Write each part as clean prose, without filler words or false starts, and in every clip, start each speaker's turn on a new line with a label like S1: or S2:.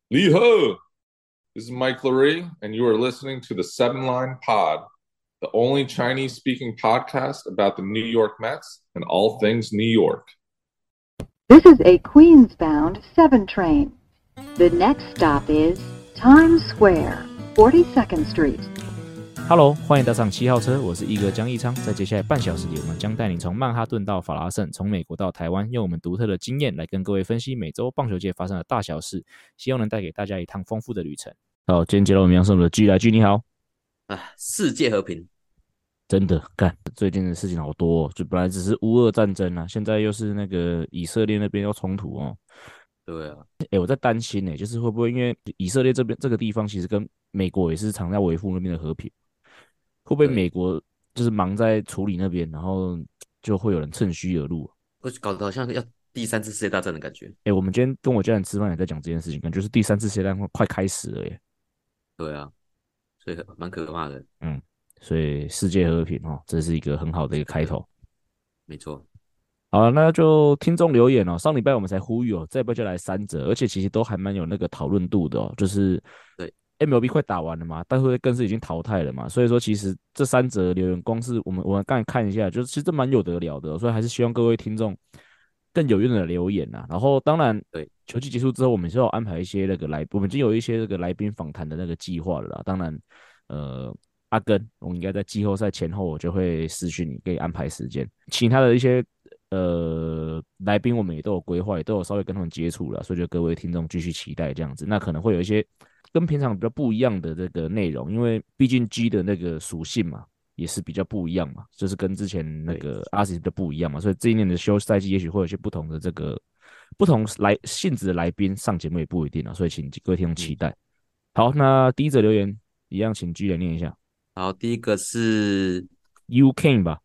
S1: Lee Ho! This is Mike Laree, and you are listening to the Seven Line Pod, the only Chinese speaking podcast about the New York Mets and all things New York.
S2: This is a Queens-bound 7 train. The next stop is Times Square, 42nd Street.
S3: Hello， 欢迎搭上7号车，我是一哥江一昌。在接下来半小时里，我们将带你从曼哈顿到法拉盛，从美国到台湾，用我们独特的经验来跟各位分析每周棒球界发生的大小事，希望能带给大家一趟丰富的旅程。好，今天接到我们杨是我们的 G 来 G， 你好。
S4: 世界和平，
S3: 真的干，最近的事情好多哦，就本来只是乌俄战争啊，现在又是那个以色列那边要冲突哦。
S4: 对啊，
S3: 我在担心呢，就是会不会因为以色列这个地方其实跟美国也是常在维护那边的和平。会不会美国就是忙在处理那边，然后就会有人趁虚而入？
S4: 我搞得好像要第三次世界大战的感觉。
S3: 我们今天跟我家人吃饭也在讲这件事情，感觉是第三次世界大战快开始了耶。
S4: 对啊，所以蛮可怕的。
S3: 所以世界和平哦，这是一个很好的一个开头。
S4: 没错。
S3: 好了，那就听众留言哦。上礼拜我们才呼吁哦，这礼拜就来3则，而且其实都还蛮有那个讨论度的哦。就是
S4: 对
S3: MLB 快打完了嘛，但是更是已经淘汰了嘛，所以说其实这3则留言，光是我们刚才看一下，就是其实这蛮有得聊的哦，所以还是希望各位听众更有用的留言啊。然后当然，
S4: 对，
S3: 球季结束之后，我们是要安排一些那个我们已经有一些那个来宾访谈的那个计划了啦。当然，阿根，我应该在季后赛前后，我就会私讯你，可以安排时间。其他的一些来宾，我们也都有规划，也都有稍微跟他们接触了，所以就各位听众继续期待这样子。那可能会有一些跟平常比较不一样的这个内容，因为毕竟 G 的那个属性嘛，也是比较不一样嘛，就是跟之前那个阿 s 比较不一样嘛，所以这一年的休赛季也许会有一些不同的这个不同性质的来宾上节目也不一定啊，所以请各位听众期待。好，那第一则留言一样，请 G 来念一下。
S4: 好，第一个是
S3: You Can 吧，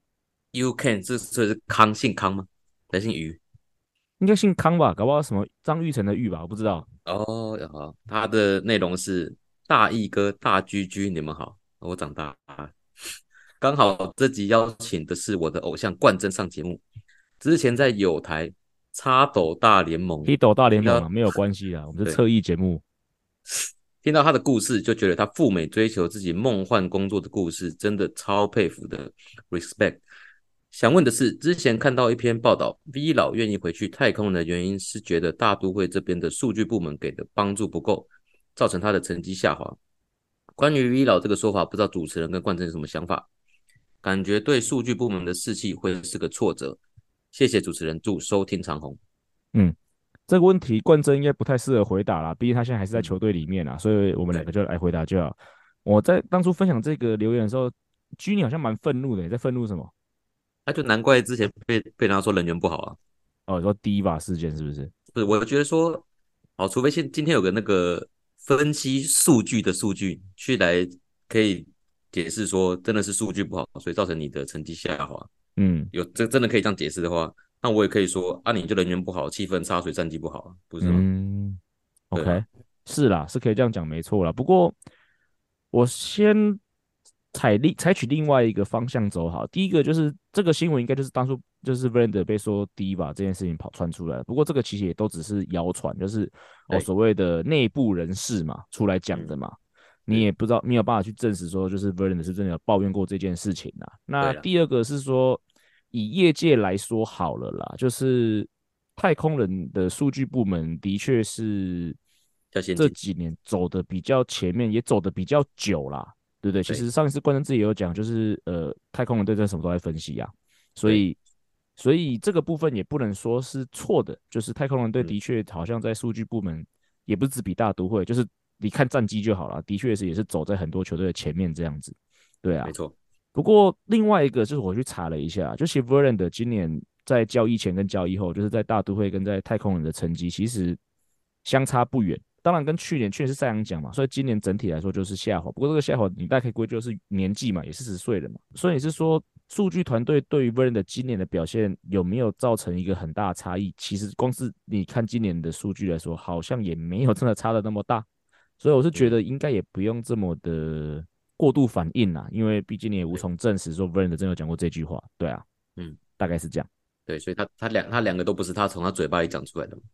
S4: You Can， 这是康，姓康吗？还是姓于？
S3: 应该姓康吧，搞不好什么张玉成的玉吧，我不知道。
S4: 哦，好，他的内容是大义哥、大居居，你们好，我长大了。刚好这集邀请的是我的偶像冠真上节目，之前在友台插斗大联盟
S3: h i t 大联
S4: 听到
S3: 盟啊，没有关系啦，我们是
S4: 对
S3: 侧翼节目。
S4: 听到他的故事，就觉得他赴美追求自己梦幻工作的故事，真的超佩服的 ，respect。想问的是，之前看到一篇报道，V 老愿意回去太空的原因是觉得大都会这边的数据部门给的帮助不够，造成他的成绩下滑。关于 V 老这个说法，不知道主持人跟冠正有什么想法？感觉对数据部门的士气会是个挫折。谢谢主持人，祝收听长虹。
S3: 嗯，这个问题冠真应该不太适合回答啦，毕竟他现在还是在球队里面啦，所以我们两个就来回答就好。我在当初分享这个留言的时候，G 你好像蛮愤怒的，你在愤怒什么？
S4: 他就难怪之前被人家说人缘不好啊。
S3: 哦，你说第1把事件是不是？
S4: 不是，我觉得说，好，除非今天有个那个分析数据的数据去来可以解释说真的是数据不好，所以造成你的成绩下滑。有这真的可以这样解释的话，那我也可以说啊，你就人缘不好，气氛差，所以战绩不好啊，不是吗？对
S3: OK，
S4: 啊，
S3: 是啦，是可以这样讲，没错啦。不过我先采取另外一个方向走好。第一个就是这个新闻应该就是当初就是 Verlander 被说低吧这件事情传出来，不过这个其实也都只是谣传，就是所谓的内部人士嘛出来讲的嘛。你也不知道没有办法去证实说就是 Verlander 是真的有抱怨过这件事情啊。那第二个是说以业界来说好了啦，就是太空人的数据部门的确是这几年走的比较前面，也走的比较久啦，对不对？其实上一次冠生自己也有讲，就是太空人对这什么都在分析啊，所以这个部分也不能说是错的，就是太空人队的确好像在数据部门也不是只比大都会，就是你看战绩就好了，的确是也是走在很多球队的前面这样子，对啊，
S4: 没错。
S3: 不过另外一个就是我去查了一下，就其实 Verlander 今年在交易前跟交易后，就是在大都会跟在太空人的成绩其实相差不远。当然跟去年是赛扬奖嘛，所以今年整体来说就是下滑。不过这个下滑你大概可以归咎是年纪嘛，也40岁了嘛。所以你是说数据团队对于 Verlander 今年的表现有没有造成一个很大的差异？其实光是你看今年的数据来说，好像也没有真的差的那么大。所以我是觉得应该也不用这么的过度反应啦，因为毕竟你也无从证实说 Verlander 真有讲过这句话，对啊，大概是这样。
S4: 对，所以他两个都不是他从他嘴巴里讲出来的。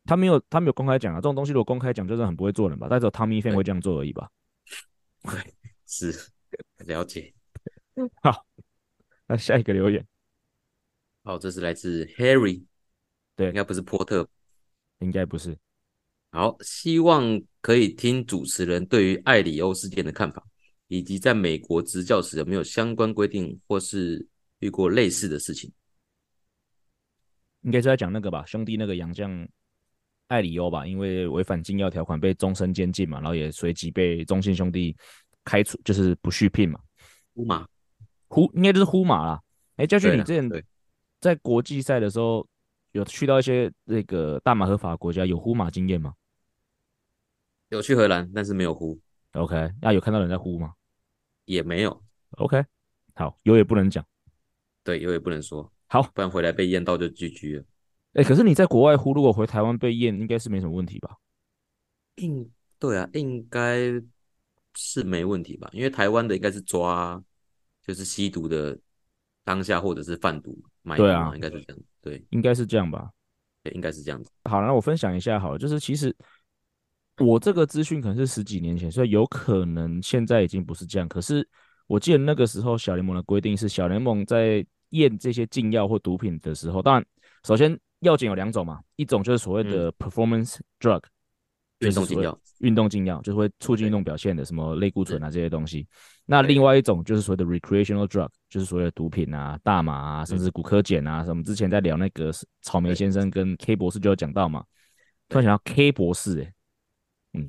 S3: 他没有公开讲啊，这种东西如果公开讲，就是很不会做人吧？但只有 Tommy Fan 会
S4: 对
S3: 这样做而已吧？
S4: 对，是了解。
S3: 好，那下一个留言，
S4: 好，这是来自 Harry，应
S3: 对，
S4: 该不是波特。
S3: 应该不是，
S4: 好，希望可以听主持人对于艾里欧事件的看法，以及在美国执教时有没有相关规定或是遇过类似的事情。
S3: 应该是在讲那个吧，兄弟那个洋将艾里欧吧，因为违反禁药条款被终身监禁嘛，然后也随即被中信兄弟开除，就是不续聘嘛。
S4: 乌马，
S3: 应该就是呼马啦。哎，家俊，
S4: 对了，
S3: 你之前
S4: 对，
S3: 在国际赛的时候有去到一些那个大马合法国家，有呼马经验吗
S4: 有去荷兰，但是没有呼，
S3: ？OK，那有看到人在呼吗
S4: 也没有，
S3: ？OK，好，有也不能讲。
S4: 对，有也不能说，
S3: 好，
S4: 不然回来被验到就 GG 了。
S3: 哎，可是你在国外呼，如果回台湾被验，应该是没什么问题吧？
S4: 对啊，应该是没问题吧？因为台湾的应该是抓就是吸毒的当下或者是贩毒买
S3: 对啊，
S4: 毒嘛，应该是这样。对，
S3: 应该是这样吧。
S4: 对，应该是这样子。
S3: 好，那我分享一下好了，就是其实我这个资讯可能是十几年前，所以有可能现在已经不是这样。可是我记得那个时候小联盟的规定是，小联盟在验这些禁药或毒品的时候，当然首先药检有两种嘛，一种就是所谓
S4: 嗯，
S3: 的 performance drug，就是所谓
S4: 运动禁药，
S3: 运动禁药，就是会促进运
S4: 对，
S3: 动表现的，什么类固醇
S4: 是，
S3: 啊这些东西。那另
S4: 对，
S3: 外一种就是所谓的 recreational drug，就是所谓的毒品啊、大麻啊，甚
S4: 嗯，
S3: 至骨科碱啊，什么之前在聊那个草莓
S4: 对，
S3: 先生跟 K 博士就有讲到嘛。突然
S4: 对
S3: 想到 K 博士、欸，嗯，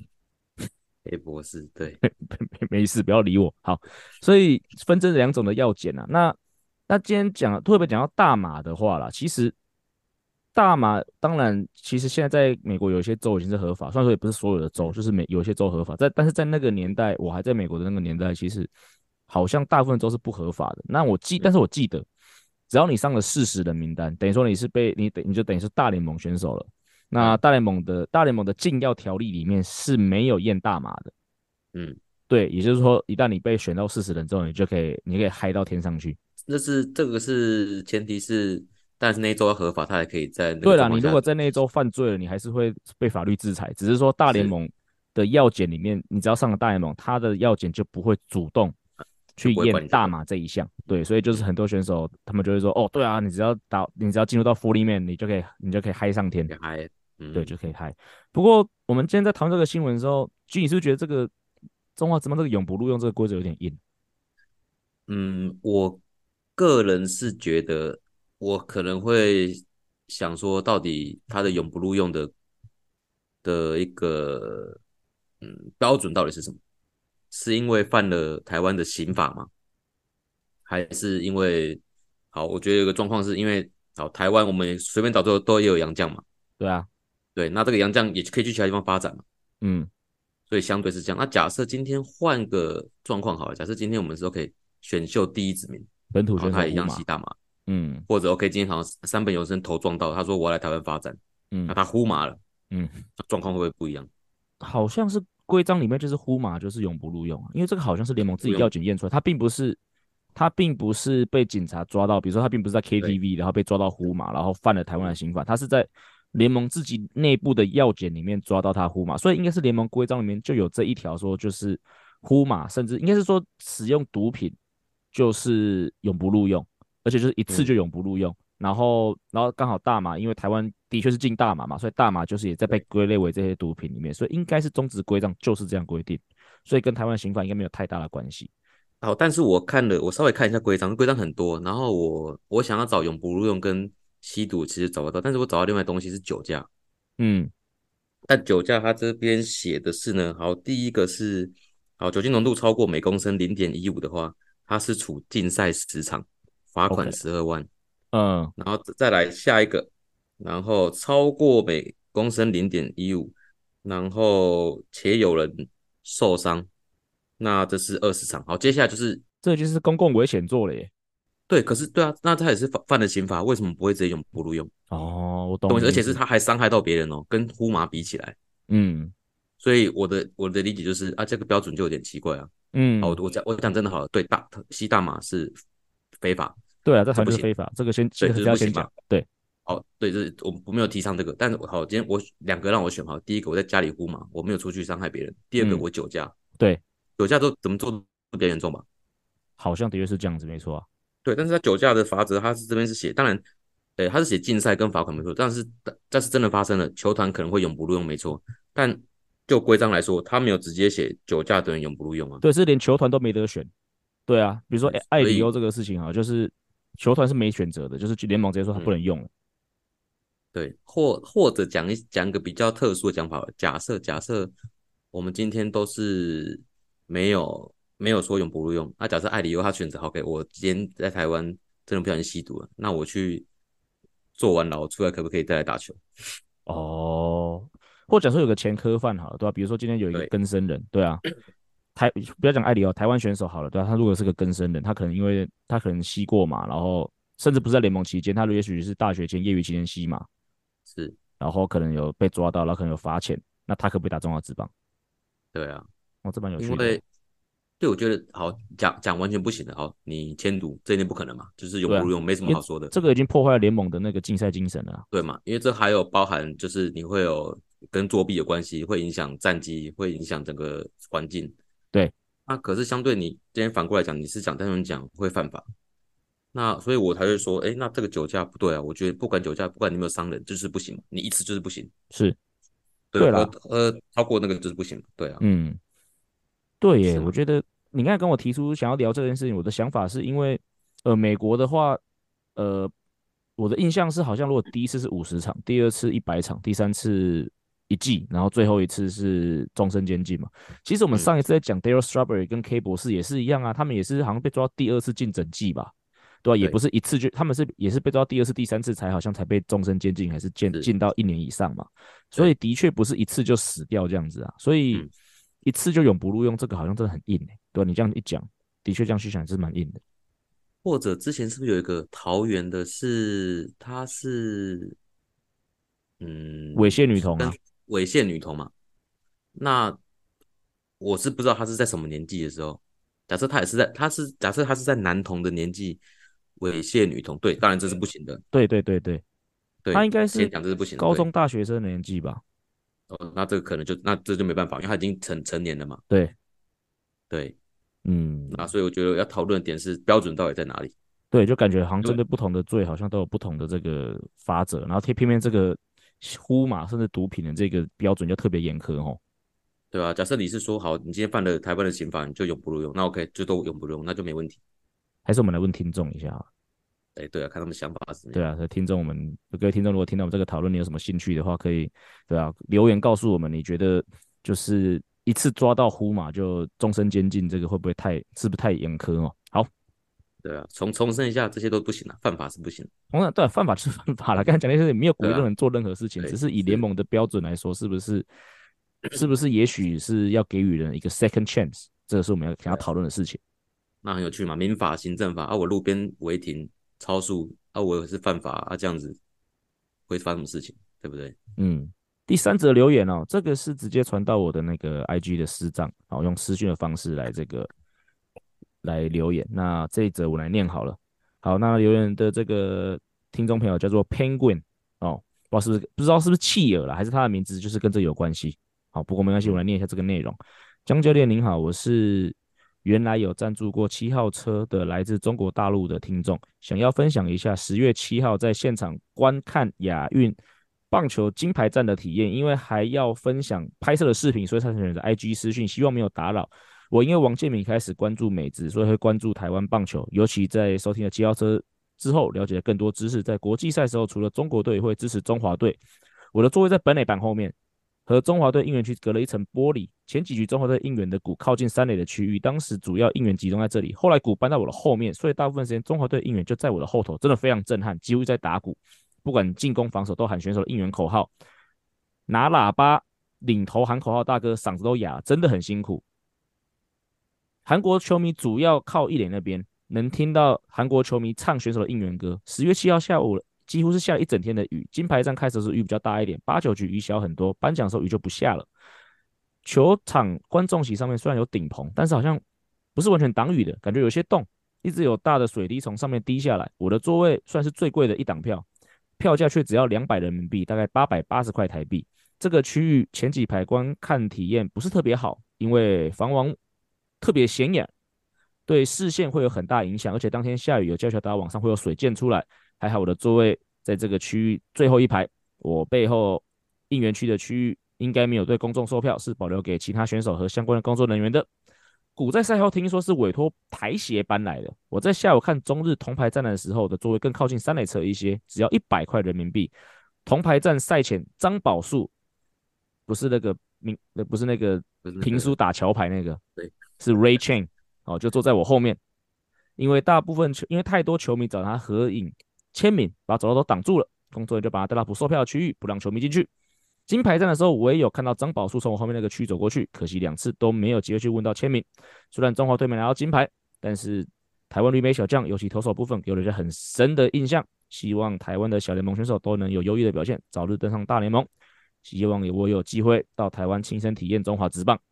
S4: ，A 博士，对，
S3: 没事，不要理我。好，所以分这两种的药检啊。那今天讲特别讲到大麻的话啦，其实大麻当然，其实现在在美国有一些州已经是合法，虽然说也不是所有的州，
S4: 嗯
S3: 就是有一些州合法，但是在那个年代，我还在美国的那个年代，其实好像大部分都是不合法的。但是
S4: 嗯，
S3: 我记得，只要你上了40人名单，等于说你是被你就等于是大联盟选手了。那
S4: 啊，
S3: 大联盟的禁药条例里面是没有验大麻的。
S4: 嗯，
S3: 对，也就是说，一旦你被选到40人之后，你可以嗨到天上去。
S4: 这个是前提是，但是那一周要合法，他才可以在那个
S3: 对啦，
S4: 状况下
S3: 你如果在那一周犯罪了，你还是会被法律制裁。只是说大联
S4: 是
S3: 盟的药检里面，你只要上了大联盟，他的药检就不会主动去
S4: 就不会
S3: 验大
S4: 管你这个，
S3: 麻这一项。对，所以就是
S4: 嗯，
S3: 很多选手他们就会说，哦，对啊，你只要进入到 Fully Man，你就可以嗨上天。
S4: 也还，
S3: 对，
S4: 嗯
S3: 就可以嗨。不过我们今天在讨论这个新闻的时候，君，你是不是觉得这个中华职棒这个永不录用这个规则有点硬？
S4: 我个人是觉得，我可能会想说，到底他的永不录用的一个标准到底是什么？是因为犯了台湾的刑法吗？还是因为好？我觉得有个状况是因为好台湾我们随便找都也有洋将嘛，
S3: 对啊，
S4: 对，那这个洋将也可以去其他地方发展嘛，
S3: 嗯，
S4: 所以相对是这样。那假设今天换个状况好了，假设今天我们是 OK 选秀第一指名，
S3: 本土选
S4: 然后他也一
S3: 手胡马，
S4: 样吸大麻，
S3: 嗯
S4: 或者 OK 今天好像三本有生头撞到，他说我要来台湾发展，那
S3: 嗯
S4: 他呼麻了，
S3: 嗯，
S4: 状况会不会不一样？
S3: 好像是规章里面就是呼马就是永不录用啊，因为这个好像是联盟自己要
S4: 不用，
S3: 检验出来，他并不是被警察抓到，比如说他并不是在
S4: 对，
S3: KTV 然后被抓到呼马，然后犯了台湾的
S4: 嗯，
S3: 刑法，他是在联盟自己内部的药检里面抓到他呼马，所以应该是联盟规章里面就有这一条说，就是呼马，甚至应该是说使用毒品就是永不录用，而且就是一次就
S4: 嗯，
S3: 永不录用。然后刚好大麻，因为台湾的确是禁大麻嘛，所以大麻就是也在被
S4: 对。
S3: 归类为这些毒品里面，所以应该是中职规章就是这样规定，所以跟台湾刑法应该没有太大的关系。
S4: 好，但是我稍微看一下规章，规章很多，然后我想要找永不录用跟吸毒，其实找得到，但是我找到另外东西是酒驾，
S3: 嗯
S4: 但酒驾它这边写的是呢，好，第一个是好酒精浓度超过每公升0.15的话，它是处禁赛10场，罚款
S3: ，OK，
S4: 12万，
S3: 嗯
S4: 然后再来下一个，然后超过每公升0.15，然后且有人受伤，那这是20场，好，接下来就是
S3: 这就是公共危险罪了耶。
S4: 对，可是对啊，那他也是犯了刑法，为什么不会直接永不录用？
S3: 哦，我懂
S4: 懂我意思？而且是
S3: 你意思。
S4: 他还伤害到别人哦，跟呼麻比起来，
S3: 嗯
S4: 所以我的理解就是啊，这个标准就有点奇怪啊。好，
S3: 嗯，
S4: 我讲真的好了，对，吸大麻是非法，
S3: 对啊，在台
S4: 这不行，
S3: 湾就是非法，这个
S4: 对，
S3: 还是要先讲。
S4: 就是不行嘛。
S3: 对，
S4: 好，对，这是我没有提倡这个，但是好，今天我两个让我选好，第一个我在家里呼嘛，我没有出去伤害别人；第二个
S3: 嗯，
S4: 我酒驾，
S3: 对，
S4: 酒驾都怎么做都比较严重吧？
S3: 好像的确是这样子，没错啊。
S4: 对，但是他酒驾的罚则，他是这边是写，当然，他是写竞赛跟罚款没错，但是真的发生了，球团可能会永不录用没错，但就规章来说，他没有直接写酒驾的人永不录用啊。
S3: 对，是连球团都没得选。对啊，比如说
S4: 对，
S3: 艾里欧
S4: 所以
S3: 这个事情啊，就是球团是没选择的，就是联盟直接说他不
S4: 嗯，
S3: 能用了。
S4: 对，或者讲一个比较特殊的讲法，假设我们今天都是没有说永不录用，那假设艾里欧他选择 OK，我今天在台湾真的不小心吸毒了，那我去坐完牢出来可不可以再来打球？
S3: 哦，或者说有个前科犯好了，对吧、比如说今天有一个
S4: 对，
S3: 更生人，对啊，不要讲艾里奥，台湾选手好了，对吧、他如果是个更生人，他可能因为他可能吸过嘛，然后甚至不是在联盟期间，他也许是大学前业余期间吸嘛，
S4: 是，
S3: 然后可能有被抓到，然后可能有罚钱，那他可不可以打中华职棒？
S4: 对啊，
S3: 哦，这蛮有趣的欸。
S4: 因为对我觉得好讲完全不行的，好，你签赌这一定不可能嘛，就是永
S3: 对啊，
S4: 不录用，没什么
S3: 因为
S4: 好说的。
S3: 这个已经破坏了联盟的那个竞赛精神了啊。
S4: 对嘛？因为这还有包含，就是你会有跟作弊有关系，会影响战绩，会影响整个环境。
S3: 对，
S4: 那可是相对你今天反过来讲，你是讲单纯讲会犯法，那所以我才会说，哎，那这个酒驾不对啊。我觉得不管酒驾，不管你有没有伤人，就是不行嘛，你一次就是不行。
S3: 是，
S4: 对，
S3: 对啦，
S4: 超过那个就是不行嘛。对啊，
S3: 嗯，对耶，
S4: 是吗？
S3: 我觉得你刚才跟我提出想要聊这件事情，我的想法是因为，美国的话，呃，我的印象是好像如果第一次是50场，第二次100场，第三次1季，然后最后一次是终身监禁嘛。其实我们
S4: 嗯，
S3: 上一次在讲 Daryl Strawberry 跟 K 博士也是一样啊，他们也是好像被抓到第二次进整季吧，对吧、也不
S4: 对，
S3: 是一次就，他们也是被抓到第二次、第三次才好像才被终身监禁，还是监
S4: 是，
S3: 禁到1年以上嘛。所以
S4: 对，
S3: 的确不是一次就死掉这样子啊，所以
S4: 嗯，
S3: 一次就永不录用，这个好像真的很硬对吧、你这样一讲，的确这样去想是蛮硬的。
S4: 或者之前是不是有一个桃园的是，他是
S3: 猥亵女
S4: 是跟
S3: 童啊，
S4: 猥亵女童嘛？那我是不知道他是在什么年纪的时候，假设他也是在，假设他是在男童的年纪猥亵女童，对，当然这是不行的，
S3: 对对对对，他
S4: 对，
S3: 应该是
S4: 先讲这是不行的，对，
S3: 高中大学生的年纪吧？
S4: 那这个可能就那这就没办法，因为他已经成年了嘛，
S3: 对，
S4: 对，那
S3: 嗯，
S4: 所以我觉得要讨论的点是标准到底在哪里？
S3: 对，就感觉好像
S4: 因为
S3: 针对不同的罪，好像都有不同的这个法则，然后偏偏这个呼麻甚至毒品的这个标准就特别严苛哦。
S4: 对吧、假设你是说好，你今天犯了台湾的刑法，你就永不录用，那 OK 就都永不录用，那就没问题。
S3: 还是我们来问听众一下好了。
S4: 哎，对啊，看他们想法是怎么样。
S3: 对啊，听众各位听众，如果听到我们这个讨论，你有什么兴趣的话，可以对啊留言告诉我们，你觉得就是一次抓到呼嘛就终身监禁，这个会不会是不是太严苛哦？好，
S4: 对啊，重申一下，这些都不行啊，犯法是不行的。
S3: 同样对啊犯法就是犯法了。刚才讲的是没有鼓励
S4: 对啊，
S3: 任何人做任何事情，只
S4: 对，
S3: 是以联
S4: 是，
S3: 盟的标准来说，是不是也许是要给予人一个 second chance，这个是我们想要
S4: 对啊，
S3: 讨论的事情。
S4: 那很有趣嘛，民法、行政法啊，我路边违停、超速啊，我也是犯法啊，这样子会发生什么事情，对不对？
S3: 嗯，第三则留言哦，这个是直接传到我的那个 IG 的私账，好，用私讯的方式来留言。那这一则我来念好了。好，那留言的这个听众朋友叫做 Penguin 哦，不知道是不是企鹅啦，还是他的名字就是跟这有关系。好，不过没关系，我来
S4: 嗯，
S3: 念一下这个内容。江教练您好，我是原来有赞助过7号车的来自中国大陆的听众，想要分享一下10月7号在现场观看亚运棒球金牌战的体验，因为还要分享拍摄的视频，所以才选择 IG 私讯，希望没有打扰。我因为王建民开始关注美职，所以会关注台湾棒球，尤其在收听了7号车之后，了解了更多知识。在国际赛时候，除了中国队会支持中华队，我的座位在本垒板后面，和中华队应援区隔了一层玻璃。前几局中华队应援的鼓靠近三垒的区域，当时主要应援集中在这里。后来鼓搬到我的后面，所以大部分时间中华队应援就在我的后头，真的非常震撼，几乎在打鼓。不管进攻防守都喊选手的应援口号，拿喇叭领头喊口号，大哥嗓子都哑了，真的很辛苦。韩国球迷主要靠一垒那边，能听到韩国球迷唱选手的应援歌。10月7号下午几乎是下了一整天的雨，金牌战开始的时候雨比较大一点，8、9局雨小很多，颁奖的时候雨就不下了。球场观众席上面虽然有顶棚，但是好像不是完全挡雨的，感觉有些洞，一直有大的水滴从上面滴下来。我的座位算是最贵的一档票， 票价却只要200人民币，大概880块台币。这个区域前几排观看体验不是特别好，因为房王特别显眼，对视线会有很大影响，而且当天下雨，有教学打网上会有水溅出来。还好我的座位在这个区域最后一排，我背后应援区的区域应该没有对公众售票，是保留给其他选手和相关的工作人员的。古在赛后听说是委托台协搬来的。我在下午看中日铜牌战的时候的座位更靠近三垒侧一些，只要100块人民币。铜牌战赛前，张宝树不是那个不是那个评书打桥牌那个，
S4: 对，
S3: 是 Ray Chen 哦，就坐在我后面。因为太多球迷找他合影签名，把走道都挡住了，工作人员就把他带到不售票的区域，不让球迷进去。金牌战的时候，我也有看到张宝树从我后面那个区走过去，可惜2次都没有机会去问到签名。虽然中华队没拿到金牌，但是台湾旅美小将，尤其投手部分，给我留下很深的印象。希望台湾的小联盟选手都能有优异的表现，早日登上大联盟。希望我有机会到台湾亲身体验中华职棒。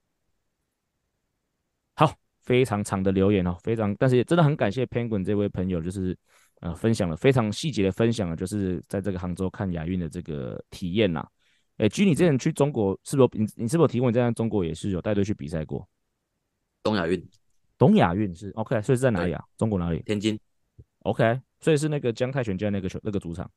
S3: 好，非常长的留言哦，但是也真的很感谢 Penguin 这位朋友，就是分享了非常细节的分享了，就是在这个杭州看亚运的这个体验呐。G 你之前去中国，是不是你是不是有提过你在中国也是有带队去比赛过？
S4: 东亚运，
S3: 东亚运是 OK， 所以是在哪里啊？中国哪里？
S4: 天津。
S3: OK， 所以是那个江泰拳家那个主场。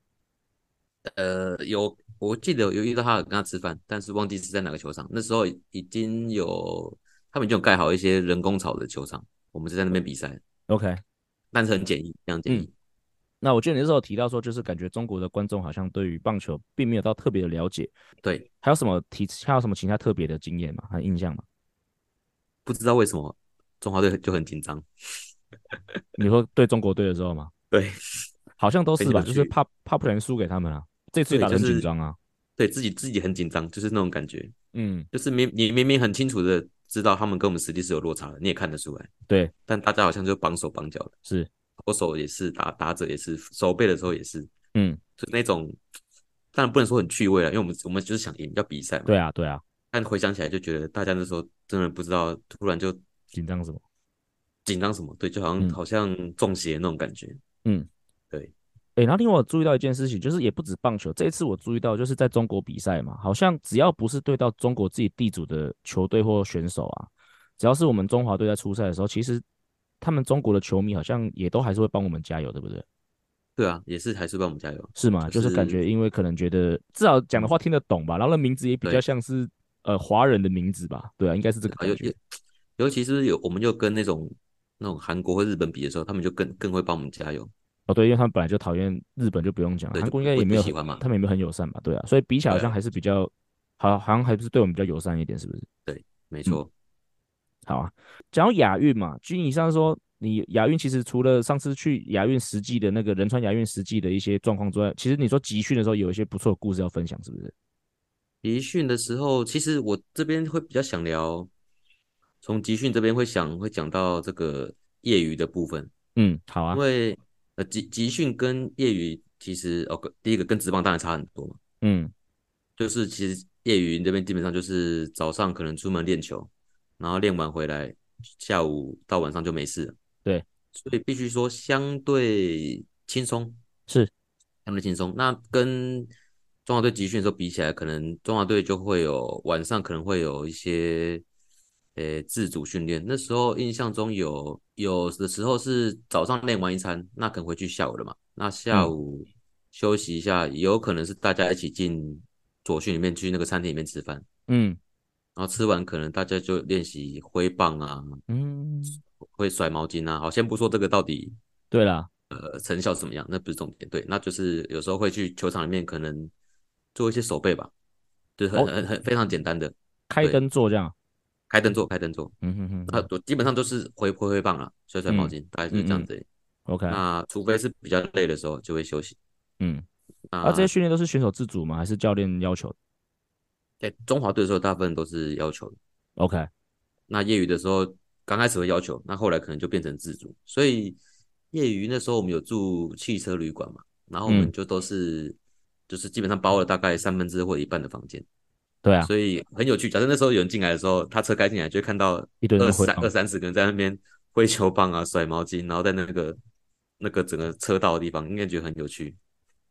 S4: 我记得有遇到他，跟他吃饭，但是忘记是在哪个球场。那时候他们已经有盖好一些人工草的球场，我们是在那边比赛。
S3: OK，
S4: 但是很简易，非常简易。
S3: 那我记得你那时候提到说，就是感觉中国的观众好像对于棒球并没有到特别的了解。
S4: 对，
S3: 还有什么其他特别的经验吗？还有印象吗？
S4: 不知道为什么中华队就很紧张。
S3: 你说对中国队的时候吗？
S4: 对，
S3: 好像都是吧，就是怕不小心输给他们啊。这次也打得很紧张啊。
S4: 对，自己很紧张，就是那种感觉。就是你明明很清楚的知道他们跟我们实力是有落差的，你也看得出来。
S3: 对，
S4: 但大家好像就绑手绑脚的。
S3: 是，
S4: 投手也是，打者也是，守备的时候也是。就那种，当然不能说很趣味了，因为我们就是想赢，要比赛嘛。
S3: 对啊，对啊。
S4: 但回想起来就觉得大家那时候真的不知道，突然就
S3: 紧张什么？
S4: 对，就好像中邪那种感觉。对。
S3: 然后另外我注意到一件事情，就是也不止棒球，这一次我注意到就是在中国比赛嘛，好像只要不是对到中国自己地主的球队或选手啊，只要是我们中华队在出赛的时候，其实他们中国的球迷好像也都还是会帮我们加油，对不对？
S4: 对啊，也是还是帮我们加油。
S3: 是吗？就是感觉因为可能觉得至少讲的话听得懂吧，然后那名字也比较像是华人的名字吧，对啊，应该是这个感觉。
S4: 尤其是我们就跟那种韩国或日本比的时候，他们就更会帮我们加油。
S3: 对，因为他们本来就讨厌日本，就不用讲了。韩国应该也没有
S4: 喜欢嘛，
S3: 他们也没有很友善吧？对啊，所以比起来好像还是比较好像还是对我们比较友善一点，是不是？
S4: 对，没错。
S3: 好啊，讲到亚运嘛，君以上说你亚运其实除了上次去亚运实际的那个仁川亚运实际的一些状况之外，其实你说集训的时候有一些不错的故事要分享，是不是？
S4: 集训的时候，其实我这边会比较想聊，从集训这边会讲到这个业余的部分。
S3: 好啊。
S4: 因为集训跟业余其实第一个跟职棒当然差很多嘛。就是其实业余这边基本上就是早上可能出门练球，然后练完回来，下午到晚上就没事了。
S3: 对，
S4: 所以必须说相对轻松，
S3: 是
S4: 相对轻松。那跟中华队集训的时候比起来，可能中华队就会有晚上可能会有一些自主训练。那时候印象中有的时候是早上练完一餐，那可能回去下午了嘛。那下午休息一下，也有可能是大家一起进左训里面去那个餐厅里面吃饭。然后吃完可能大家就练习挥棒啊，会甩毛巾啊。好，先不说这个到底
S3: 对啦，
S4: 成效怎么样，那不是重点。对，那就是有时候会去球场里面可能做一些手背吧，就是很非常简单的
S3: 开灯做这样。
S4: 开灯做。那基本上都是挥棒啊，甩毛巾，大概就是这样子。
S3: OK，
S4: 那除非是比较累的时候就会休息。
S3: 这些训练都是选手自主吗？还是教练要求的？
S4: 在中华队的时候，大部分都是要求的。
S3: OK，
S4: 那业余的时候，刚开始会要求，那后来可能就变成自主。所以业余那时候我们有住汽车旅馆嘛，然后我们就都是就是基本上包了大概1/3或1半的房间。
S3: 对啊，
S4: 所以很有趣。假设那时候有人进来的时候，他车开进来，就会看到
S3: 一堆人挥棒
S4: 20-30个人在那边挥球棒啊、甩毛巾，然后在那个整个车道的地方，应该觉得很有趣。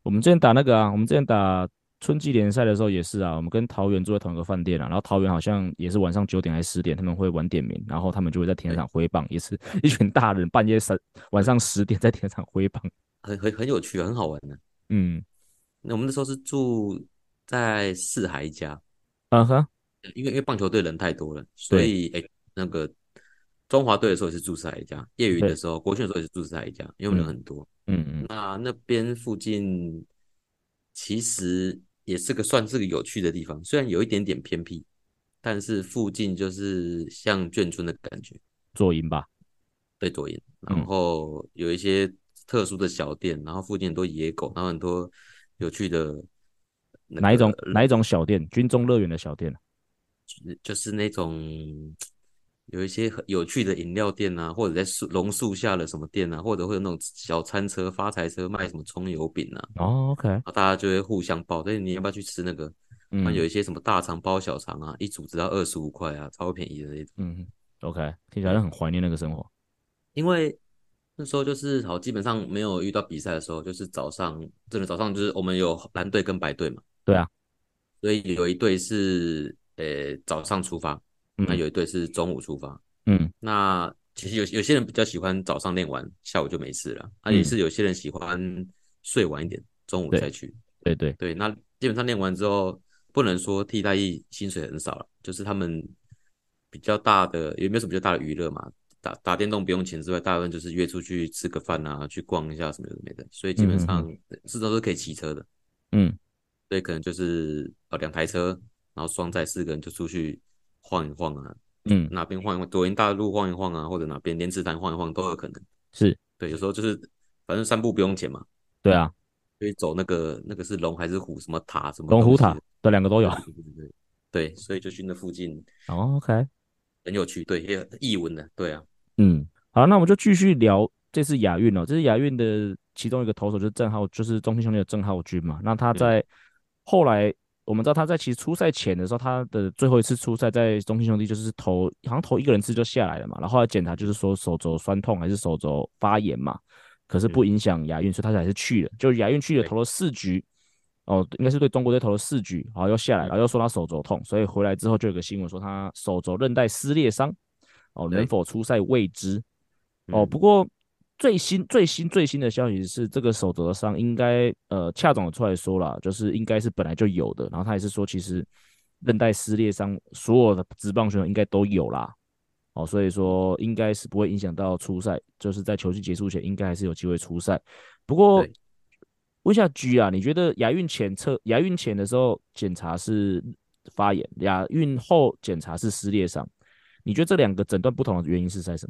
S3: 我们之前打那个啊，我们之前打春季联赛的时候也是啊，我们跟桃园住在同一个饭店啊，然后桃园好像也是晚上9点还是10点他们会晚点名，然后他们就会在停车
S4: 对
S3: 场挥棒，也是一群大人半夜晚
S4: 对，
S3: 上10点在停车场挥棒。
S4: 很有趣啊，很好玩的。
S3: 嗯
S4: 那我们那时候是住在四海一家，
S3: 嗯哼，
S4: 因为棒球队人太多了，所
S3: 对
S4: 以那个中华队的时候也是住四海一家，业余的
S3: 对，
S4: 时候国训的时候也是住四海一家，因为我们人
S3: 嗯
S4: 很多。
S3: 嗯
S4: 那边附近其实也算是个有趣的地方，虽然有一点点偏僻，但是附近就是像眷村的感觉，
S3: 做赢吧，
S4: 对左营，然
S3: 嗯，
S4: 后有一些特殊的小店，然后附近很多野狗，然后很多有趣的那
S3: 哪一种
S4: 个
S3: 哪一种小店？军中乐园的小店啊。
S4: 就是那种有一些很有趣的饮料店啊，或者在榕树下的什么店啊，或者会有那种小餐车、发财车卖什么葱油饼啊，
S3: 哦，OK，
S4: 然后大家就会互相报，所以你要不要去吃那个？然后有
S3: 嗯
S4: 一些什么大肠包小肠啊，一组只要25块啊，超便宜的那种。
S3: 嗯，OK，听起来
S4: 对，
S3: 很怀念那个生活。
S4: 因为那时候就是好，基本上没有遇到比赛的时候，就是早上真的早上就是我们有蓝队跟白队嘛，
S3: 对啊，
S4: 所以有一队是早上出发，那
S3: 嗯
S4: 有一队是中午出发。
S3: 嗯
S4: 那其实有些人比较喜欢早上练完，下午就没事了。也
S3: 嗯，
S4: 是有些人喜欢睡晚一点，中午
S3: 对
S4: 再去。
S3: 对对，
S4: 对，那基本上练完之后，不能说替代役薪水很少了，就是他们比较大的，有没有什么比较大的娱乐嘛？打电动不用钱之外，大部分就是约出去吃个饭啊，去逛一下什么的没的。所以基本上
S3: 嗯嗯嗯
S4: 都是可以骑车的。
S3: 嗯
S4: 所以可能就是2台车，然后双载4个人就出去晃一晃啊，
S3: 嗯，
S4: 哪边晃一晃，左营大路晃一晃啊，或者哪边莲池潭晃一晃都有可能。
S3: 是，
S4: 对，有时候就是反正散步不用钱嘛，
S3: 对啊，
S4: 所以走那个是龙还是虎什么塔什么
S3: 龙虎塔
S4: 东西的，
S3: 的两个都有。
S4: 对对对对对对，所以就去那附近
S3: 哦，OK，
S4: 很有趣，对，也译文的，对啊，
S3: 嗯，好，那我们就继续聊这次亚运哦。这次亚运的其中一个投手就是郑浩，就是中信兄弟的郑浩君嘛。那他
S4: 嗯
S3: 在后来，我们知道他在其实初赛前的时候，他的最后一次出赛在中信兄弟就是好像投一个人次就下来了嘛。然后后来检查就是说手肘酸痛还是手肘发炎嘛，可是不
S4: 嗯，
S3: 影响亚运，所以他还是去了。就亚运去了，
S4: 对
S3: 投了4局，哦，应该是对中国队投了4局，然后又下来，然后
S4: 嗯
S3: 又说他手肘痛，所以回来之后就有个新闻说他手肘韧带撕裂伤。哦，能
S4: 对，
S3: 否出赛未知。哦，不
S4: 嗯
S3: 过最新的消息是，这个手肘的伤应该恰总有出来说了，就是应该是本来就有的。然后他也是说，其实韧带撕裂伤所有的职棒选手应该都有啦。哦，所以说应该是不会影响到出赛，就是在球季结束前应该还是有机会出赛。不过
S4: 对。
S3: 问一下 G 啊，你觉得亚运前的时候检查是发炎，亚运后检查是撕裂伤，你觉得这两个诊断不同的原因是在什么？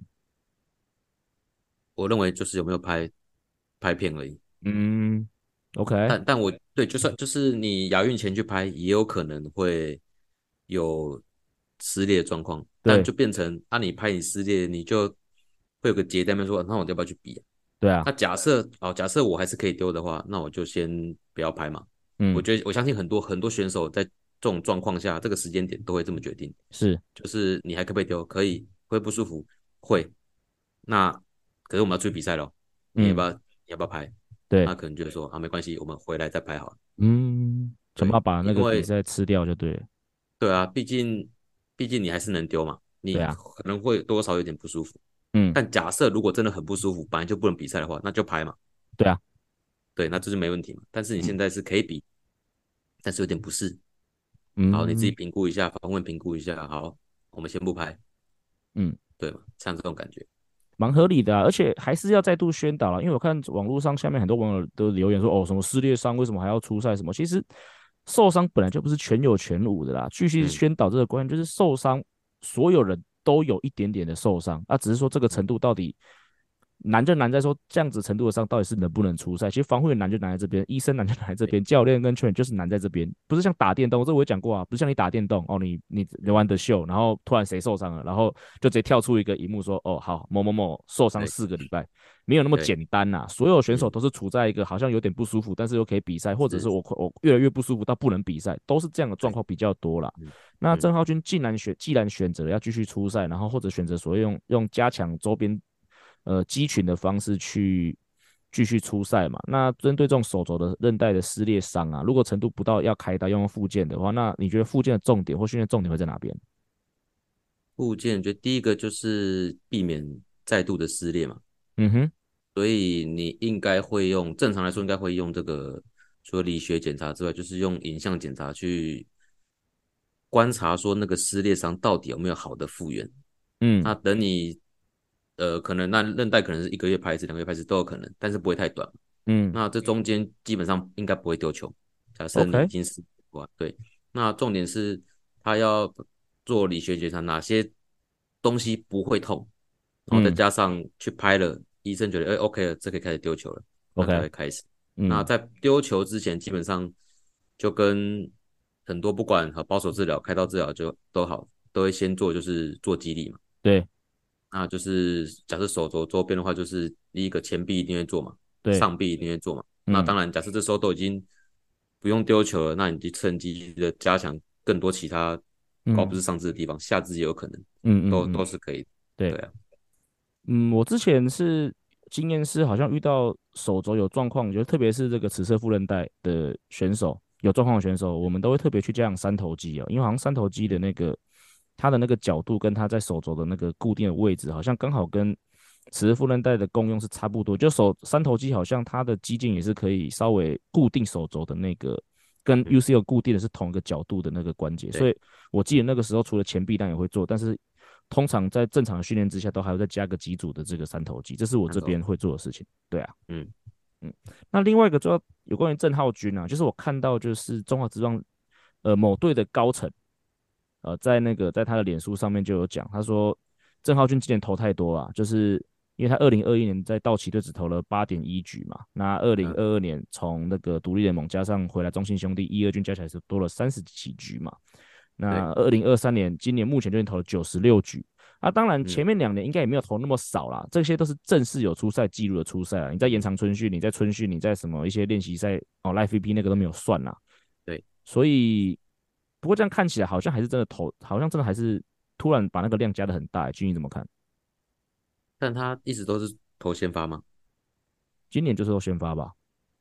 S4: 我认为就是有没有拍片而已。
S3: 嗯，OK，
S4: 但我对，就算就是你亚运前去拍，也有可能会有撕裂的状况，但
S3: 对
S4: 就变成你拍你撕裂，你就会有个结在那边说，那我要不要去比啊？
S3: 对啊，
S4: 那假设我还是可以丢的话，那我就先不要拍嘛。我
S3: 嗯，
S4: 觉得我相信很多很多选手在这种状况下，这个时间点都会这么决定，
S3: 是，
S4: 就是你还可不可以丢？可以，会不舒服，会。那可是我们要出去比赛咯，你要不
S3: 嗯，
S4: 要你要不要拍？
S3: 对，
S4: 他可能就会说没关系，我们回来再拍好了。
S3: 嗯，想办
S4: 对，
S3: 法把那个比
S4: 因为
S3: 赛吃掉就对了，
S4: 对啊，毕竟你还是能丢嘛，你
S3: 对啊，
S4: 可能会多少有点不舒服。
S3: 嗯，
S4: 但假设如果真的很不舒服，本来就不能比赛的话，那就拍嘛。
S3: 对啊，
S4: 对，那这就没问题嘛。但是你
S3: 嗯
S4: 现在是可以比，但是有点不适。好，你自己
S3: 嗯
S4: 评估一下，访问评估一下。好，我们先不拍，
S3: 嗯，
S4: 对嘛？像这种感觉，
S3: 蛮合理的啊，而且还是要再度宣导了，因为我看网络上下面很多网友都留言说，哦，什么撕裂伤为什么还要出赛什么？其实受伤本来就不是全有全无的啦，继续
S4: 嗯
S3: 宣导这个观念，就是受伤，所有人都有一点点的受伤，啊，只是说这个程
S4: 嗯，
S3: 度到底难就难在说这样子程度的伤到底是能不能出赛。其实防护员难就难在这边，医生难就难在这
S4: 对，
S3: 边，教练跟球员就是难在这边，不是像打电动，这我也讲过啊，不是像你打电动哦，你玩的秀，然后突然谁受伤了，然后就直接跳出一个荧幕说，哦好，某某某受伤
S4: 对
S3: 4个礼拜，没有那么
S4: 对，
S3: 简单呐、所有选手
S4: 嗯
S3: 都是处在一个好像有点不舒服，但是又可以比赛，或者是
S4: 是，
S3: 我越来越不舒服到不能比赛，都是这样的状
S4: 对，
S3: 况比较多啦。
S4: 嗯
S3: 那郑
S4: 嗯
S3: 浩君既然选择要继续出赛，然后或者选择所谓用加强周边肌群的方式继续出赛嘛。那针对这种手肘的韧带的撕裂伤啊，如果程度不到要开刀要用复健的话，那你觉得复健的重点或训练重点会在哪边？
S4: 部件，觉得第一个就是避免再度的撕裂嘛，
S3: 嗯哼，
S4: 所以你应该会用，正常来说应该会用这个，除了理学检查之外，就是用影像检查去观察说那个撕裂伤到底有没有好的复原。
S3: 嗯
S4: 那等你可能那韧带可能是1个月拍一次、2个月拍一次都有可能，但是不会太短。
S3: 嗯
S4: 那这中间基本上应该不会丢球。假设你已
S3: ，OK，
S4: 经是对，那重点是他要做理学检查，哪些东西不会痛，然后再
S3: 嗯
S4: 加上去拍了，医生觉得OK 了，这可以开始丢球了，那才
S3: ，OK，
S4: 会开始。那
S3: 嗯
S4: 在丢球之前，基本上就跟很多不管保守治疗、开刀治疗就都好，都会先做就是做肌力嘛。
S3: 对
S4: 那就是假设手肘周边的话，就是第一个前臂一定会做嘛，
S3: 对，
S4: 上臂一定会做嘛。那
S3: 嗯
S4: 当然，假设这时候都已经不用丢球了，那你就趁机的加强更多其他高不
S3: 嗯
S4: 是上肢的地方，下肢也有可能，都
S3: 嗯嗯嗯，
S4: 是可以的。
S3: 对。
S4: 对啊，
S3: 嗯，我之前是经验是好像遇到手肘有状况，就特别是这个尺侧副韧带的选手有状况的选手，我们都会特别去加强三头肌哦，因为好像三头肌的那个它的那个角度跟它在手肘的那个固定的位置，好像刚好跟尺侧副韧带的功用是差不多。就三头肌好像它的肌腱也是可以稍微固定手肘的那个，跟
S4: 嗯，
S3: UCL 固定的是同一个角度的那个关节，所
S4: 对，
S3: 以我记得那个时候除了前臂当然也会做，但是通常在正常的训练之下，都还要再加个几组的这个三头肌，这是我
S4: 看走，
S3: 这边会做的事情。对啊，
S4: 嗯，
S3: 嗯，那另外一个主要有关于郑浩君啊，就是我看到就是中华职棒某队的高层在那个在他的脸书上面就有讲，他说郑浩君今年投太多啊，就是因为他2021年在道奇队只投了8.1局嘛，那2022年从那个独立联盟加上回来中信兄弟1、2军加起来是多了30几局嘛，
S4: 对，
S3: 那2023年今年目前就已经投了96局。啊，当然前
S4: 嗯，
S3: 面2年应该也没有投那么少啦，这些都是正式有出赛记录的出赛啊。你在延长春训，你在春训，你在什么一些练习赛哦，Live VP 那个都没有算啦。
S4: 对，
S3: 所以不过这样看起来好像还是真的投，好像真的还是突然把那个量加的很大。君你怎么看？
S4: 但他一直都是投先发吗？
S3: 今年就是说先发吧。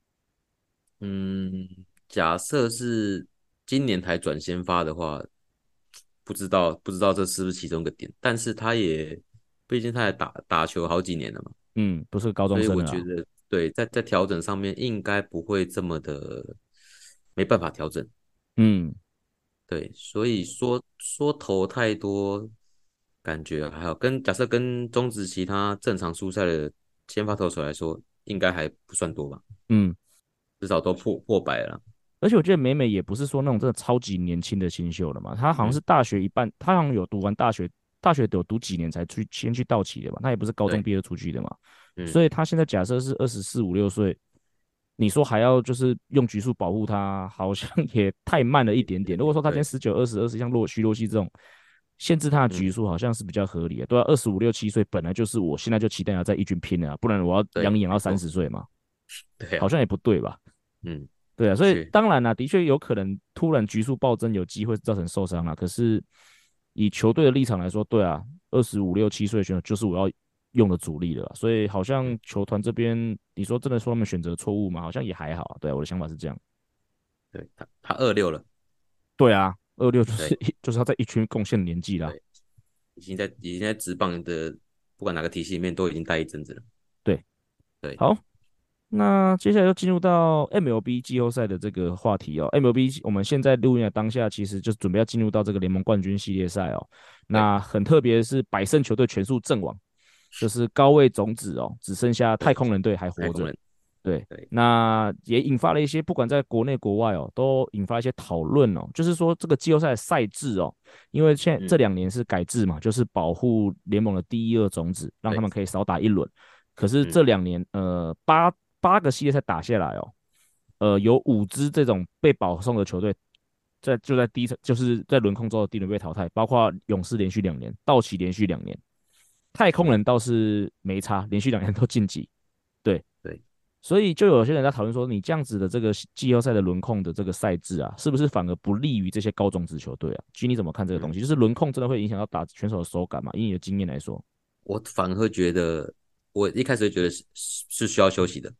S4: 嗯，假设是今年才转先发的话，不知道这是不是其中一个点，但是毕竟他也打球好几年了嘛，
S3: 嗯，不是个高中
S4: 所以
S3: 生了啦。
S4: 我觉得对，在调整上面应该不会这么的没办法调整，
S3: 嗯，
S4: 对，所以说投太多，感觉还好，假设跟中职其他正常出赛的先发投手来说，应该还不算多吧，
S3: 嗯，
S4: 至少都破百了啦，
S3: 而且我觉得美美也不是说那种真的超级年轻的新秀了嘛，她好像是
S4: 嗯，
S3: 大学一半，她好像有读完大学，大学有读几年才先去道奇的嘛，她也不是高中
S4: 对，
S3: 毕业出去的嘛，
S4: 嗯，
S3: 所以她现在假设是24、5、6岁，你说还要就是用局数保护她，好像也太慢了一点点。如果说她今天
S4: 对，
S3: 19、20、像徐若曦这种限制她的局
S4: 嗯，
S3: 数，好像是比较合理的。对啊，25、6、7岁本来就是我现在就期待要在一军拼了啊，不然我要养
S4: 对，
S3: 你养到
S4: 没错，
S3: 30岁嘛，
S4: 对啊，
S3: 好像也不对吧？
S4: 嗯，
S3: 对啊，所以
S4: 的确，
S3: 当然啦，的确有可能突然局数暴增，有机会造成受伤啦。可是以球队的立场来说，对啊，25、6、7岁的选手就是我要用的主力了啦，所以好
S4: 嗯，
S3: 像球团这边，你说真的说他们选择错误吗？好像也还好啊。对啊，我的想法是这样。
S4: 对，他26了，
S3: 对啊，26就是
S4: 对
S3: 就是他在一群贡献的年纪啦。
S4: 对，已经在职棒的不管哪个体系里面都已经待一阵子了，
S3: 对，
S4: 对
S3: 好，那接下来就进入到 MLB 季后赛的这个话题哦。MLB 我们现在录音的当下，其实就准备要进入到这个联盟冠军系列赛哦。
S4: 对，
S3: 那很特别的是，百胜球队全数阵亡，就是高位种子哦，只剩下太
S4: 对，
S3: 空人队还活着。
S4: 太空人，
S3: 对，
S4: 对，
S3: 那也引发了一些，不管在国内国外哦，都引发一些讨论哦。就是说这个季后赛的赛制哦，因为现在这
S4: 嗯，
S3: 2年是改制嘛，就是保护联盟的第一、二种子，让他
S4: 对，
S3: 们可以少打一轮。可是这
S4: 嗯，
S3: 2年，八个系列赛打下来哦，有5支这种被保送的球队就在第一层，就是在轮空之后第一轮被淘汰，包括勇士连续2年，道奇连续2年，太空
S4: 嗯，
S3: 人倒是没差，连续2年都晋级。对，
S4: 对，
S3: 所以就有些人在讨论说，你这样子的这个季后赛的轮空的这个赛制啊，是不是反而不利于这些高种子球队啊？G，你怎么看这个东
S4: 嗯，
S3: 西？就是轮空真的会影响到打选手的手感嘛？以你的经验来说，
S4: 我反而会觉得，我一开始会觉得是需要休息的，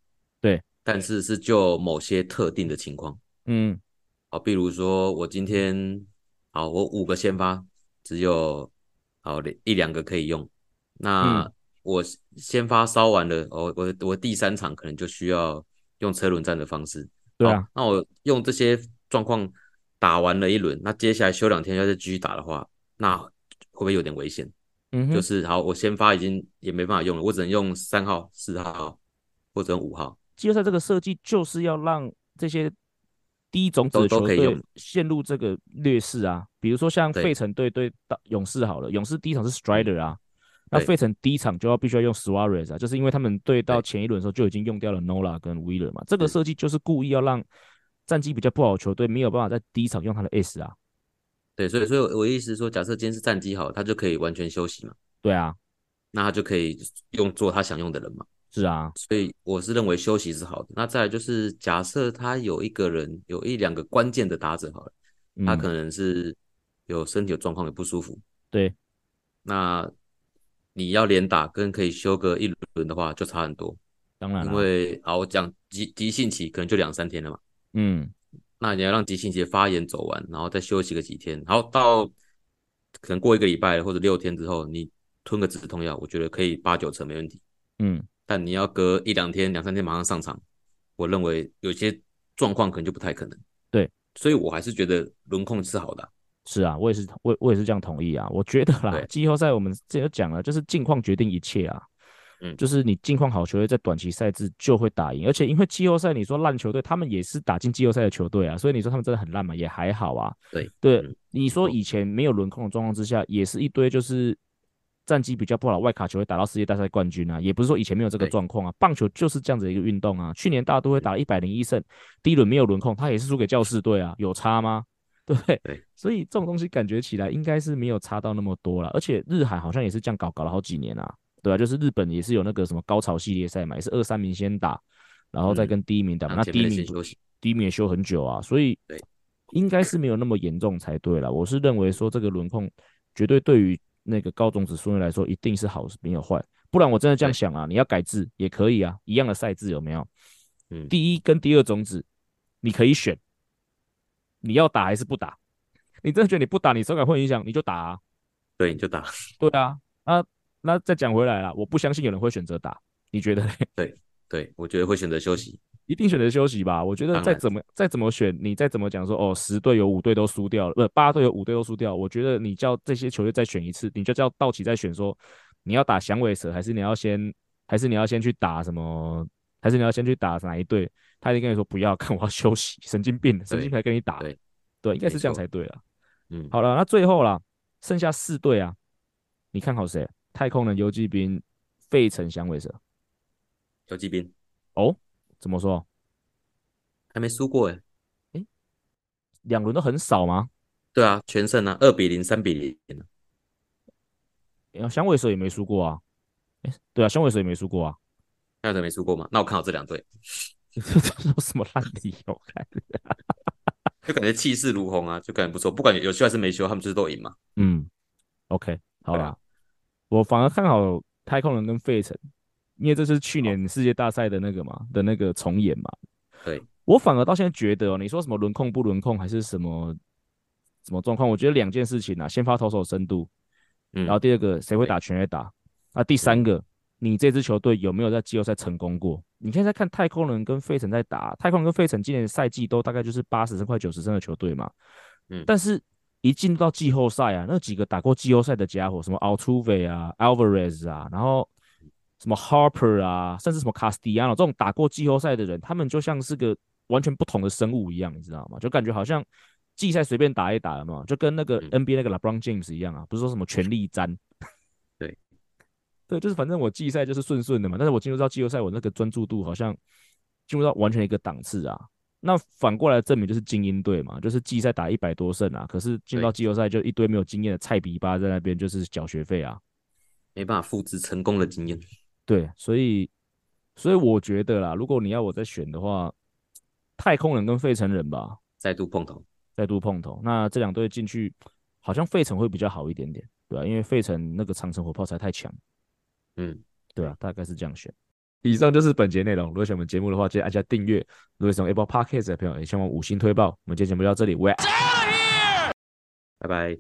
S3: 对，
S4: 但是是就某些特定的情况。
S3: 嗯
S4: 好，比如说我今天好，我5个先发，只有好一两个可以用，那
S3: 嗯，
S4: 我先发烧完了，我第3场可能就需要用车轮战的方式。好，
S3: 对啊，
S4: 那我用这些状况打完了一轮，那接下来休2天要再继续打的话，那会不会有点危险？
S3: 嗯哼，
S4: 就是好，我先发已经也没办法用了，我只能用3号、4号或者用5号，
S3: 季后赛这个设计就是要让这些低种子的
S4: 都
S3: 球队
S4: 可以用。
S3: 陷入这个劣势啊。比如说像费
S4: 对，
S3: 城队对勇士好了，勇士第一场是
S4: 嗯，
S3: Strider 啊，那
S4: 对
S3: 费城第一场就必须要用 Suarez 啊，就是因为他们对到
S4: 对
S3: 前一轮的时候就已经用掉了 Nola 跟 Wheeler 嘛，这个
S4: 是。
S3: 设计就是故意要让战绩比较不好的球队没有办法在第一场用他的 S 啊。
S4: 对，所以我的意思是说，假设今天是战绩好，他就可以完全休息嘛，
S3: 对啊，
S4: 那他就可以做他想用的人嘛。
S3: 是啊，
S4: 所以我是认为休息是好的。那再来就是，假设他有一个人有一两个关键的打者好了，他
S3: 嗯，
S4: 可能是有身体有状况，有不舒服，
S3: 对，
S4: 那你要连打跟可以休个一轮的话，就差很多。因
S3: 当然啦，
S4: 为我讲急性期可能就2、3天了嘛，
S3: 嗯
S4: 那你要让急性期的发炎走完，然后再休息个几天，然后到可能过1个礼拜或者6天之后，你吞个止痛药，我觉得可以8、9成没问题。
S3: 嗯，
S4: 但你要隔1、2天、2、3天马上上场，我认为有些状况可能就不太可能。
S3: 对。
S4: 所以我还是觉得轮控是好的啊。
S3: 是啊，我也是这样同意啊。我觉得啦，
S4: 对，
S3: 季后赛我们之前就讲了，就是近况决定一切啊。
S4: 嗯，
S3: 就是你近况好球队在短期赛制就会打赢，而且因为季后赛，你说烂球队，他们也是打进季后赛的球队啊，所以你说他们真的很烂嘛，也还好啊。
S4: 对，
S3: 对，
S4: 嗯，
S3: 你
S4: 没错，
S3: 说以前没有轮空的状况之下，也是一堆就是战绩比较不好，外卡球会打到世界大赛冠军啊，也不是说以前没有这个
S4: 对，
S3: 状况啊。棒球就是这样子的一个运动啊。去年大都会
S4: 嗯，
S3: 打了101胜，第一轮没有轮空，他也是输给教士队啊，有差吗？对不对？
S4: 对，
S3: 所以这种东西感觉起来应该是没有差到那么多了，而且日韩好像也是这样搞了好几年啊。对啊，就是日本也是有那个什么高潮系列赛嘛，也是2、3名先打，然后再
S4: 嗯，
S3: 跟第一名打嘛。
S4: 让前面的
S3: 那第一名
S4: 先休息。
S3: 第一名也休很久啊，所以
S4: 对，
S3: 应该是没有那么严重才对了。我是认为说这个轮控绝对对于那个高种子数据来说一定是好，没有坏。不然我真的这样
S4: 对，
S3: 想啊，你要改制也可以啊，一样的赛制有没有？
S4: 嗯，
S3: 第一跟第二种子你可以选，你要打还是不打？你真的觉得你不打，你手感会影响，你就打啊。
S4: 对，你就打。
S3: 对啊，那再讲回来啦，我不相信有人会选择打，你觉得嘞？
S4: 对，对，我觉得会选择休息。
S3: 一定选择休息吧？我觉得
S4: 当然，
S3: 再怎么选，你再怎么讲说哦10队有5队都输掉了，不8队有5队都输掉，我觉得你叫这些球队再选一次，你就叫道奇再选说你要打响尾蛇，还是你要先去打什么，还是你要先去打哪一队？他一定跟你说不要，看我要休息，神经病，神经病
S4: 对，
S3: 才跟你打，
S4: 对，
S3: 对，应该是这样
S4: 没错，
S3: 才对了。
S4: 嗯，
S3: 好了，那最后啦，剩下4队啊，你看好谁？太空人、游击兵、费城、响尾蛇。
S4: 游击兵
S3: 哦，怎么说？
S4: 还没输过哎。
S3: 诶，2轮都很少吗？
S4: 对啊，全胜啊，2-0、3-0啊。
S3: 响尾蛇也没输过啊。对啊，响尾蛇也没输过啊。
S4: 还有人没输过吗？那我看好这2队，
S3: 这有什么烂理由？看，
S4: 就感觉气势如虹啊，就感觉不错。不管有休还是没休，他们就是都赢嘛。
S3: 嗯，OK，好
S4: 对啊，
S3: 啦，我反而看好太空人跟费城，因为这是去
S4: 好，
S3: 年世界大赛的那个嘛的那个重演嘛。
S4: 对，
S3: 我反而到现在觉得哦，你说什么轮控不轮控，还是什么状况？我觉得2件事情啊，先发投手深度，然后
S4: 嗯，
S3: 第二个谁会
S4: 对，
S3: 打全垒打，啊，第三
S4: 嗯，
S3: 个你这支球队有没有在季后赛成功过？你现在看太空人跟费城在打，太空人跟费城今年赛季都大概就是80胜快90胜的球队嘛，
S4: 嗯，
S3: 但是一进入到季后赛啊，那几个打过季后赛的家伙，什么 Altuve 啊、Alvarez 啊，然后什么 Harper 啊，甚至什么 Castellano 这种打过季后赛的人，他们就像是个完全不同的生物一样，你知道吗？就感觉好像季赛随便打一打嘛，就跟那个
S4: 嗯，
S3: NBA 那个 LeBron James 一样啊，不是说什么全力战。
S4: 对，
S3: 对，就是反正我季赛就是顺顺的嘛，但是我进入到季后赛，我那个专注度好像进入到完全一个档次啊。那反过来证明就是精英队嘛，就是季赛打100多胜啊，可是进入到
S4: 对，
S3: 季后赛就一堆没有经验的菜比巴在那边就是缴学费啊。
S4: 没办法复制成功的经验。
S3: 对，所以我觉得啦，如果你要我再选的话，太空人跟费城人吧，
S4: 再度碰头。
S3: 再度碰头，那这2队进去好像费城会比较好一点点，对吧、因为费城那个长城火炮才太强，
S4: 嗯，
S3: 对啊，
S4: 对，
S3: 大概是这样选。 以上就是本节内容。如果喜欢我们节目的话，记得按下订阅。如果是用 Apple Podcast 的朋友，也希望5星推爆。我们今天节目就到这里，拜。
S4: 拜拜。